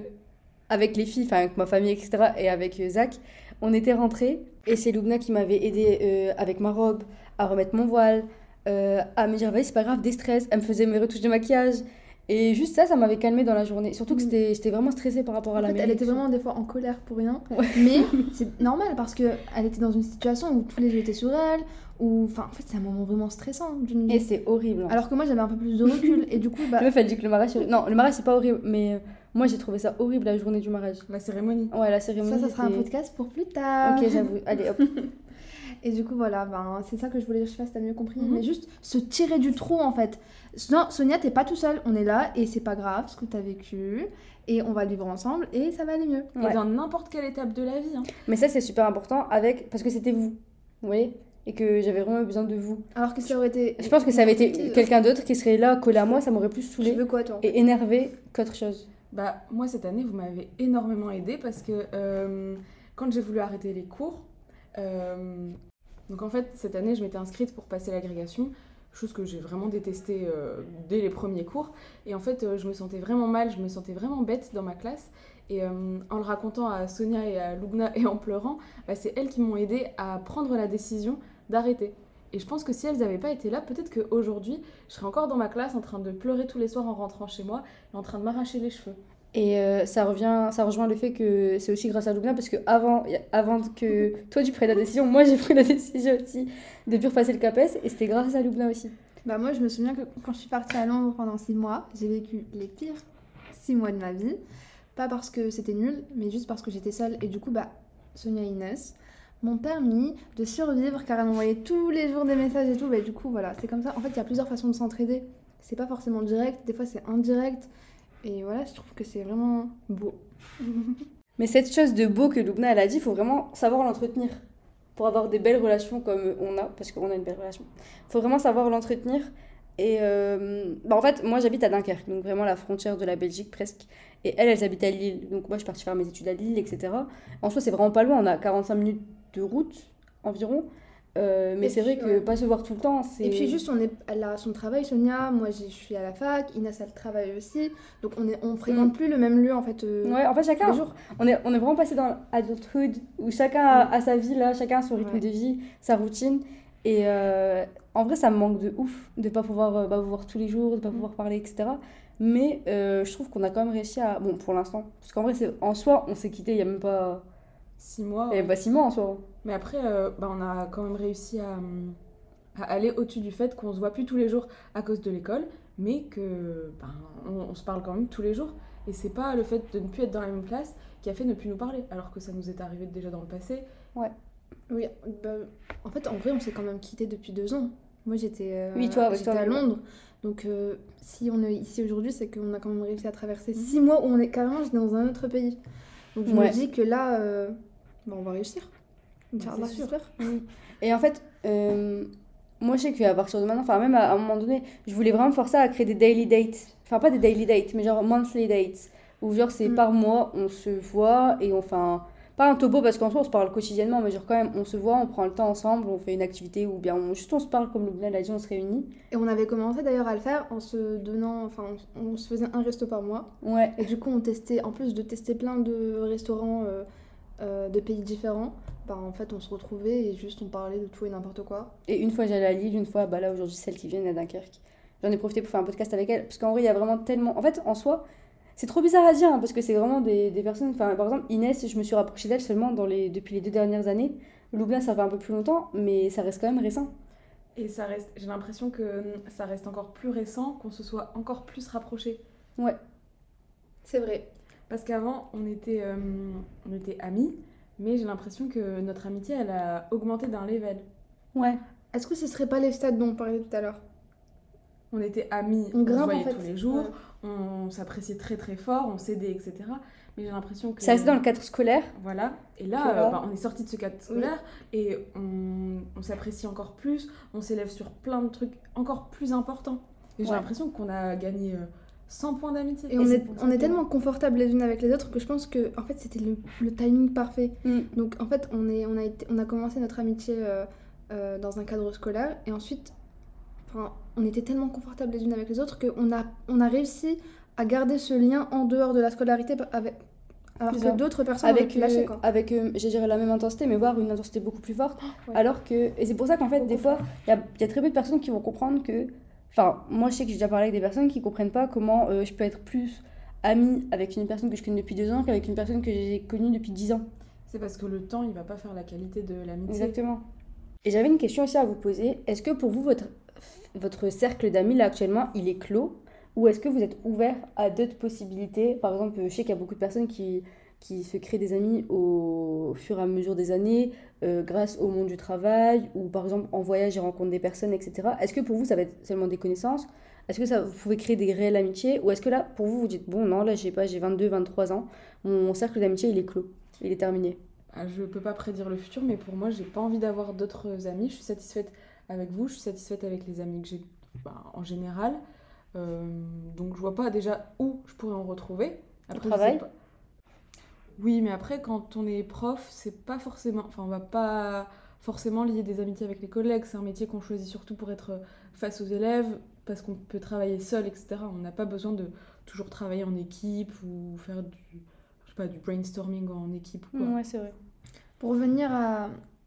avec les filles, enfin avec ma famille, etc., et avec Zach, on était rentrés. Et c'est Loubna qui m'avait aidé avec ma robe à remettre mon voile, à me dire, vas-y, c'est pas grave, déstresse. Elle me faisait mes retouches de maquillage. Et juste ça m'avait calmée dans la journée. Surtout que j'étais vraiment stressée par rapport à En la fait, mairie. elle était vraiment des fois en colère pour rien. Ouais. Mais c'est normal parce qu'elle était dans une situation où tous les yeux étaient sur elle. Enfin, en fait, c'est un moment vraiment stressant d'une Et vie. c'est horrible. Alors que moi, j'avais un peu plus de recul. Et du coup, bah, La meuf, elle dit que le mariage, c'est horrible. Non, le mariage, c'est pas horrible. Mais moi, j'ai trouvé ça horrible la journée du mariage. La cérémonie. Ouais, la cérémonie. ça sera un c'était- podcast pour plus tard. Ok, j'avoue. Allez, hop. Et du coup, voilà, ben, c'est ça que je voulais dire. Je sais pas si t'as mieux compris. Mhm. Mais juste se tirer du trou, en fait. Non, Sonia, t'es pas tout seul. On est là et c'est pas grave ce que t'as vécu. Et on va le vivre ensemble et ça va aller mieux. Ouais. Et dans n'importe quelle étape de la vie. Hein. Mais ça, c'est super important parce que c'était vous. Vous voyez? Et que j'avais vraiment eu besoin de vous. Alors que ça aurait été. Je pense que ça avait été quelqu'un d'autre qui serait là, collé à moi, ça m'aurait plus Tu saoulé veux quoi, toi? et énervé qu'autre chose. Bah, moi, cette année, vous m'avez énormément aidée parce que quand j'ai voulu arrêter les cours, donc en fait, cette année, je m'étais inscrite pour passer l'agrégation, chose que j'ai vraiment détestée dès les premiers cours. Et en fait, je me sentais vraiment mal, je me sentais vraiment bête dans ma classe. Et en le racontant à Sonia et à Loubna et en pleurant, bah, c'est elles qui m'ont aidée à prendre la décision d'arrêter. Et je pense que si elles n'avaient pas été là, peut-être qu'aujourd'hui, je serais encore dans ma classe en train de pleurer tous les soirs en rentrant chez moi et en train de m'arracher les cheveux. Et ça rejoint le fait que c'est aussi grâce à Loubna, parce que avant que toi tu prennes la décision, moi j'ai pris la décision aussi de plus repasser le CAPES, et c'était grâce à Loubna aussi. Bah moi je me souviens que quand je suis partie à Londres pendant 6 mois, j'ai vécu les pires 6 mois de ma vie. Pas parce que c'était nul, mais juste parce que j'étais seule. Et du coup, bah, Sonia et Inès m'ont permis de survivre car elles m'envoyaient tous les jours des messages et tout. Bah, du coup, voilà, c'est comme ça. En fait, il y a plusieurs façons de s'entraider. C'est pas forcément direct, des fois c'est indirect. Et voilà, je trouve que c'est vraiment beau. Mais cette chose de beau que Loubna elle a dit, il faut vraiment savoir l'entretenir pour avoir des belles relations comme on a, parce qu'on a une belle relation. Il faut vraiment savoir l'entretenir. Et en fait, moi j'habite à Dunkerque, donc vraiment la frontière de la Belgique presque. Et elles habitent à Lille, donc moi je suis partie faire mes études à Lille, etc. En soi, c'est vraiment pas loin, on a 45 minutes de route environ. Mais Et c'est puis, vrai que ouais. pas se voir tout le temps, c'est... Et puis juste, elle a son travail, Sonia, moi je suis à la fac, Inès elle travaille aussi. Donc on fréquente plus le même lieu en fait. Ouais, en fait, tous chacun, les jours. on est vraiment passé dans l'adulthood, où chacun a sa vie là, chacun a son rythme Ouais. de vie, sa routine. Et en vrai, ça me manque de ouf de pas pouvoir vous voir tous les jours, de pas pouvoir parler, etc. Mais je trouve qu'on a quand même réussi à... Bon, pour l'instant. Parce qu'en vrai, en soi, on s'est quittés il y a même pas... 6 mois. Il y a même pas 6 mois en soi. Mais après, on a quand même réussi à aller au-dessus du fait qu'on se voit plus tous les jours à cause de l'école, mais que on se parle quand même tous les jours. Et c'est pas le fait de ne plus être dans la même classe qui a fait ne plus nous parler, alors que ça nous est arrivé déjà dans le passé. Oui, bah, en fait en vrai on s'est quand même quittés depuis 2 ans. Moi j'étais Oui, toi, avec j'étais toi, à oui. Londres. Donc si on est ici aujourd'hui, c'est qu'on a quand même réussi à traverser 6 mois où on est carrément dans un autre pays. Donc je Ouais. me dis que là, on va réussir. Inch'Allah, c'est sûr. j'espère. Et en fait, moi, je sais qu'à partir de maintenant, enfin, même à un moment donné, je voulais vraiment forcer à créer des daily dates. Enfin, pas des daily dates, mais genre monthly dates. Où genre, c'est par mois, on se voit et on fait un... Pas un topo parce qu'en soi, on se parle quotidiennement, mais genre quand même, on se voit, on prend le temps ensemble, on fait une activité ou bien juste on se parle comme Loubna l'a dit, on se réunit. Et on avait commencé d'ailleurs à le faire en se donnant, enfin on se faisait un resto par mois. Ouais. Et du coup on testait, en plus de tester plein de restaurants de pays différents, bah en fait on se retrouvait et juste on parlait de tout et n'importe quoi. Et une fois j'allais à Lille, une fois, bah là aujourd'hui, celle qui vient à Dunkerque. J'en ai profité pour faire un podcast avec elle, parce qu'en vrai, il y a vraiment tellement. En fait, en soi, c'est trop bizarre à dire, hein, parce que c'est vraiment des personnes. Enfin, par exemple, Inès, je me suis rapprochée d'elle seulement depuis les 2 dernières années. Loubna, ça fait un peu plus longtemps, mais ça reste quand même récent. Et ça reste, j'ai l'impression que ça reste encore plus récent, qu'on se soit encore plus rapprochés. Ouais. C'est vrai. Parce qu'avant, on était amis, mais j'ai l'impression que notre amitié, elle a augmenté d'un level. Ouais. Est-ce que ce serait pas les stades dont on parlait tout à l'heure? On était amis, On on se grimpe, voyait en fait. tous les jours, Ouais. on s'appréciait très très fort, on s'aidait, etc. Mais j'ai l'impression que... Ça reste dans le cadre scolaire. Voilà, et là, Voilà. on est sorti de ce cadre scolaire et on s'apprécie encore plus, on s'élève sur plein de trucs encore plus importants. Et j'ai Ouais. l'impression qu'on a gagné 100 points d'amitié. Et on c'est est, pour ça on est que- tellement confortables les unes avec les autres que je pense que en fait c'était le timing parfait. Donc en fait on a commencé notre amitié dans un cadre scolaire et ensuite on était tellement confortables les unes avec les autres on a réussi à garder ce lien en dehors de la scolarité alors C'est que ça. d'autres personnes auraient pu lâcher quoi. Avec je dirais la même intensité, mais voire une intensité beaucoup plus forte. Ouais. Alors que. Et c'est pour ça qu'en fait, des fois, il y a très peu de personnes qui vont comprendre que. Enfin, moi, je sais que j'ai déjà parlé avec des personnes qui comprennent pas comment je peux être plus amie avec une personne que je connais depuis 2 ans qu'avec une personne que j'ai connue depuis 10 ans. C'est parce que le temps, il va pas faire la qualité de l'amitié. Exactement. Et j'avais une question aussi à vous poser. Est-ce que pour vous, votre cercle d'amis, là, actuellement, il est clos? Ou est-ce que vous êtes ouvert à d'autres possibilités? Par exemple, je sais qu'il y a beaucoup de personnes qui se créent des amis au fur et à mesure des années, grâce au monde du travail, ou par exemple en voyage, ils rencontrent des personnes, etc. Est-ce que pour vous, ça va être seulement des connaissances? Est-ce que vous pouvez créer des réelles amitiés? Ou est-ce que là, pour vous, vous dites, bon, non, là, je sais pas, j'ai 22, 23 ans, mon cercle d'amitié, il est clos, il est terminé. Je peux pas prédire le futur, mais pour moi, j'ai pas envie d'avoir d'autres amis. Je suis satisfaite avec vous, je suis satisfaite avec les amis que j'ai en général. Donc je vois pas déjà où je pourrais en retrouver. Après, Au travail? je sais pas. Oui, mais après, quand on est prof, c'est pas forcément... Enfin, on va pas forcément lier des amitiés avec les collègues. C'est un métier qu'on choisit surtout pour être face aux élèves, parce qu'on peut travailler seul, etc. On n'a pas besoin de toujours travailler en équipe ou faire du brainstorming en équipe ou quoi. Ouais, c'est vrai. Pour revenir à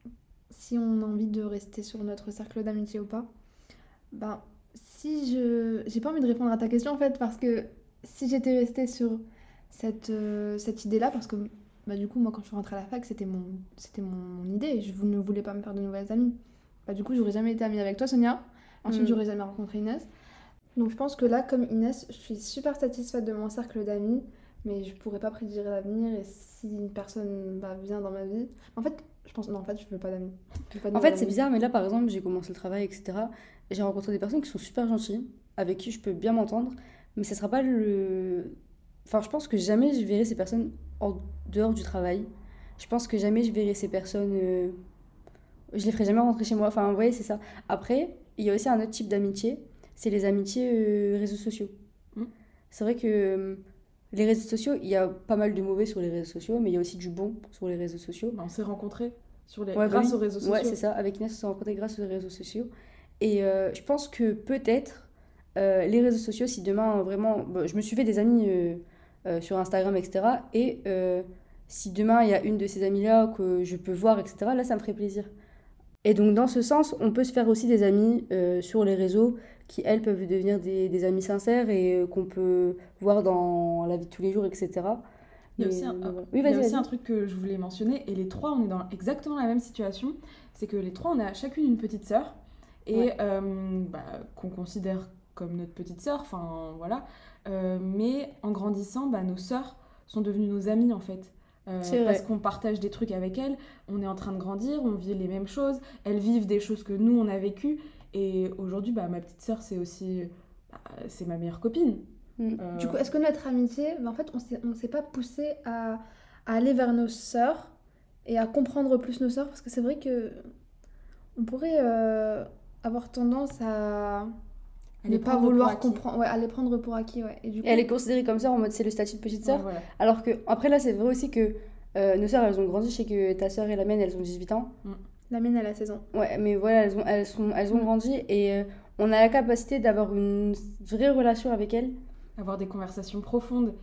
si on a envie de rester sur notre cercle d'amitié ou pas, ben si j'ai pas envie de répondre à ta question en fait parce que si j'étais restée sur cette idée-là parce que bah du coup moi quand je suis rentrée à la fac c'était mon idée et je ne voulais pas me faire de nouvelles amies. Bah du coup j'aurais jamais été amie avec toi Sonia. Ensuite j'aurais jamais rencontré Inès. Donc je pense que là comme Inès, je suis super satisfaite de mon cercle d'amis. Mais je pourrais pas prédire l'avenir et si une personne vient dans ma vie. En fait, je pense. Non, en fait, je veux pas d'amis. En fait, c'est bizarre, mais là, par exemple, j'ai commencé le travail, etc. J'ai rencontré des personnes qui sont super gentilles, avec qui je peux bien m'entendre, mais ça sera pas le. Enfin, je pense que jamais je verrai ces personnes en dehors du travail. Je pense que jamais je verrai ces personnes. Je les ferai jamais rentrer chez moi. Enfin, vous voyez, c'est ça. Après, il y a aussi un autre type d'amitié, c'est les amitiés réseaux sociaux. C'est vrai que. Les réseaux sociaux, il y a pas mal de mauvais sur les réseaux sociaux, mais il y a aussi du bon sur les réseaux sociaux. On s'est rencontrés Ouais, grâce oui. aux réseaux sociaux. Ouais, c'est ça. Avec Inès, on s'est rencontrés grâce aux réseaux sociaux. Et je pense que peut-être les réseaux sociaux, si demain vraiment. Je me suis fait des amis sur Instagram, etc. Et si demain il y a une de ces amies-là que je peux voir, etc., là, ça me ferait plaisir. Et donc, dans ce sens, on peut se faire aussi des amis sur les réseaux qui, elles, peuvent devenir des amis sincères et qu'on peut voir dans la vie de tous les jours, etc. Il y a aussi, un truc que je voulais mentionner, et les trois, on est dans exactement la même situation. C'est que les trois, on a chacune une petite sœur, et qu'on considère comme notre petite sœur, enfin voilà. Mais en grandissant, nos sœurs sont devenues nos amies en fait. Parce qu'on partage des trucs avec elles, on est en train de grandir, on vit les mêmes choses, elles vivent des choses que nous on a vécues, et aujourd'hui ma petite sœur c'est aussi c'est ma meilleure copine. Du coup, est-ce que notre amitié, en fait on s'est pas poussé à aller vers nos sœurs et à comprendre plus nos sœurs, parce que c'est vrai que on pourrait avoir tendance à ne pas vouloir comprendre, à les prendre pour acquis, ouais. Et du coup, elle est considérée comme ça en mode c'est le statut de petite sœur. Ouais, voilà. Alors que, après là, c'est vrai aussi que nos sœurs elles ont grandi. Je sais que ta sœur et la mienne elles ont 18 ans. La mienne elle a 16 ans. Ouais, mais voilà, elles ont grandi et on a la capacité d'avoir une vraie relation avec elles. Avoir des conversations profondes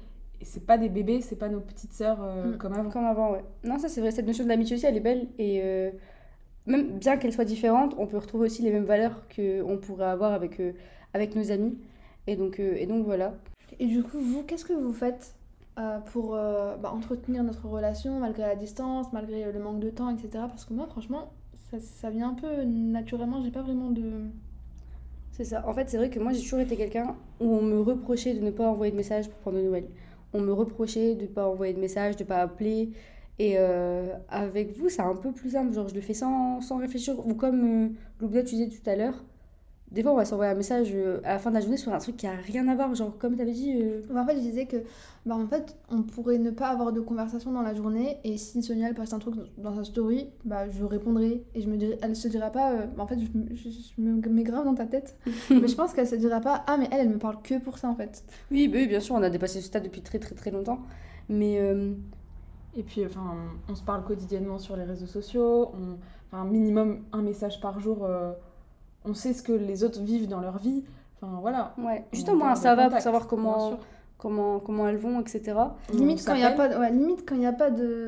c'est pas des bébés, c'est pas nos petites sœurs comme avant. Comme avant, ouais. Non, ça c'est vrai, cette notion de l'amitié aussi, elle est belle. Et même bien qu'elle soit différente, on peut retrouver aussi les mêmes valeurs qu'on pourrait avoir avec nos amis. Et donc voilà. Et du coup, vous, qu'est-ce que vous faites pour entretenir notre relation malgré la distance, malgré le manque de temps, etc. Parce que moi, franchement, ça vient un peu naturellement, j'ai pas vraiment de... C'est ça. En fait, c'est vrai que moi, j'ai toujours été quelqu'un où on me reprochait de ne pas envoyer de messages pour prendre de nouvelles. On me reprochait de ne pas envoyer de messages, de ne pas appeler. Et avec vous, c'est un peu plus simple. Genre, je le fais sans réfléchir. Ou comme Loubna, tu disais tout à l'heure, des fois, on va s'envoyer un message à la fin de la journée sur un truc qui a rien à voir. Genre, comme tu avais dit... En fait, je disais que en fait, on pourrait ne pas avoir de conversation dans la journée. Et si Sonia elle poste un truc dans sa story, je répondrai. Et elle se dira pas... en fait, je me mets grave dans ta tête. Mais je pense qu'elle se dira pas, ah, mais elle me parle que pour ça, en fait. Oui, bien sûr, on a dépassé ce stade depuis très très très longtemps. Mais... Et puis, on se parle quotidiennement sur les réseaux sociaux. Minimum un message par jour... on sait ce que les autres vivent dans leur vie. Enfin, voilà. Ouais, juste au moins ça va pour savoir comment elles vont, etc. Limite quand il n'y a pas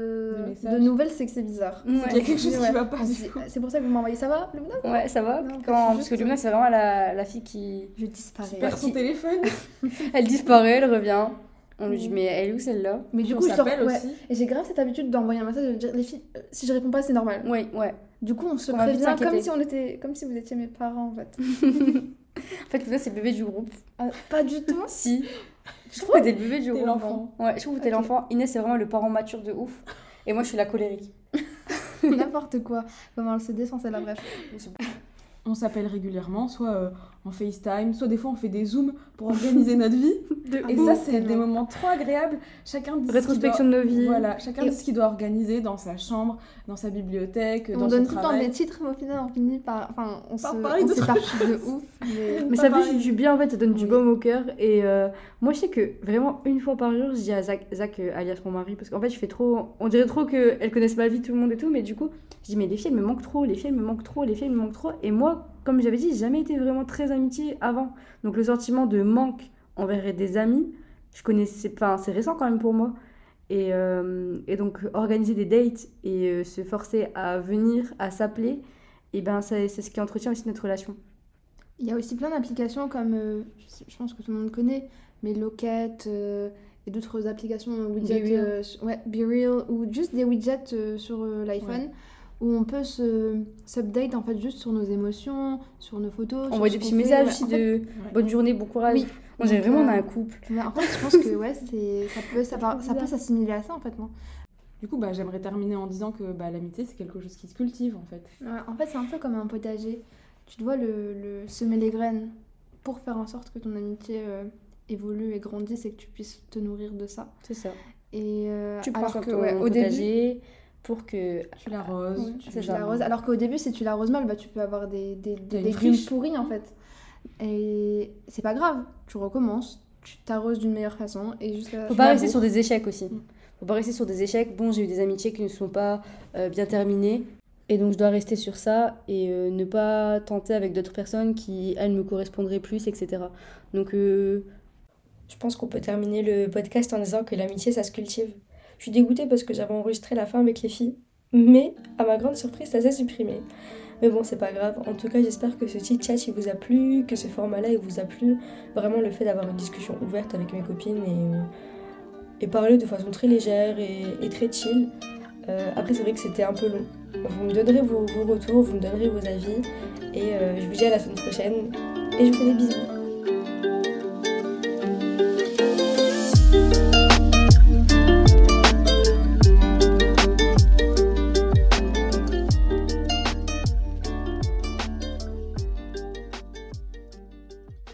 de nouvelles, c'est que c'est bizarre. Ouais. Il y a quelque chose qui va pas. C'est pour ça que vous m'envoyez, ça va, Lumna ? Ouais, ça va. Parce que Lumna, c'est vraiment la fille qui... Je disparais. Qui perd son téléphone. Elle disparaît, elle revient. On lui dit, mais elle est où celle-là ? Mais du coup, je s'appelle aussi. Et j'ai grave cette habitude d'envoyer un message et de dire, les filles, si je réponds pas, c'est normal. Ouais. Du coup, on se prévient comme si vous étiez mes parents, en fait. En fait, Lumna, c'est le bébé du groupe. Pas du tout. Si. Je trouve que t'es le bébé du groupe. L'enfant. Ouais, je trouve que t'es l'enfant. Inès, c'est vraiment le parent mature de ouf. Et moi, je suis la colérique. N'importe quoi. Comment elle se défend, celle-là, bref. On s'appelle régulièrement, soit en FaceTime, soit des fois on fait des Zooms pour organiser notre vie. Et ça, c'est des moments trop agréables. Chacun dit rétrospection de nos vies. Voilà, chacun dit ce qu'il doit organiser dans sa chambre, dans sa bibliothèque, dans son travail. On donne tout le temps des titres, mais au final, on finit par... Enfin, on s'éparpille de ouf. Mais ça fait du bien, en fait, ça donne du baume au cœur. Et moi, je sais que vraiment, une fois par jour, je dis à Zach alias mon mari, parce qu'en fait, je fais trop... On dirait trop qu'elles connaissent ma vie, tout le monde et tout, mais du coup, je dis, mais les filles, elles me manquent trop, les filles, elles me manquent trop, les filles, elles me manquent trop. Et moi, comme j'avais dit, j'ai jamais été vraiment très amitié avant. Donc le sentiment de manque envers des amis, je connaissais, c'est récent quand même pour moi. Et donc organiser des dates et se forcer à venir, à s'appeler, et ben c'est ce qui entretient aussi notre relation. Il y a aussi plein d'applications comme, je pense que tout le monde connaît, mais Locket et d'autres applications widgets, BeReal, ou juste des widgets sur l'iPhone. Ouais. Où on peut s'update en fait juste sur nos émotions, sur nos photos. On voit des petits messages aussi de bonne journée, bon courage. Oui. On dirait vraiment on a un couple. En fait, je pense que ça peut s'assimiler à ça en fait, moi. Du coup, j'aimerais terminer en disant que l'amitié, c'est quelque chose qui se cultive en fait. Ouais, en fait, c'est un peu comme un potager. Tu dois semer les graines pour faire en sorte que ton amitié évolue et grandisse et que tu puisses te nourrir de ça. C'est ça. Et tu prends sur ton potager pour que tu l'arroses. Tu l'arroses. Alors qu'au début, si tu l'arroses mal, tu peux avoir des légumes pourris en fait. Et c'est pas grave, tu recommences, tu t'arroses d'une meilleure façon et jusqu'à... Faut pas rester sur des échecs aussi. Faut pas rester sur des échecs. Bon, j'ai eu des amitiés qui ne sont pas bien terminées et donc je dois rester sur ça et ne pas tenter avec d'autres personnes qui, elles, me correspondraient plus, etc. Donc je pense qu'on peut terminer le podcast en disant que l'amitié, ça se cultive. Je suis dégoûtée parce que j'avais enregistré la fin avec les filles, mais à ma grande surprise, ça s'est supprimé. Mais bon, c'est pas grave. En tout cas, j'espère que ce petit chat, il vous a plu, que ce format-là, il vous a plu. Vraiment, le fait d'avoir une discussion ouverte avec mes copines et parler de façon très légère et très chill. Après, c'est vrai que c'était un peu long. Vous me donnerez vos retours, vous me donnerez vos avis. Et je vous dis à la semaine prochaine. Et je vous fais des bisous.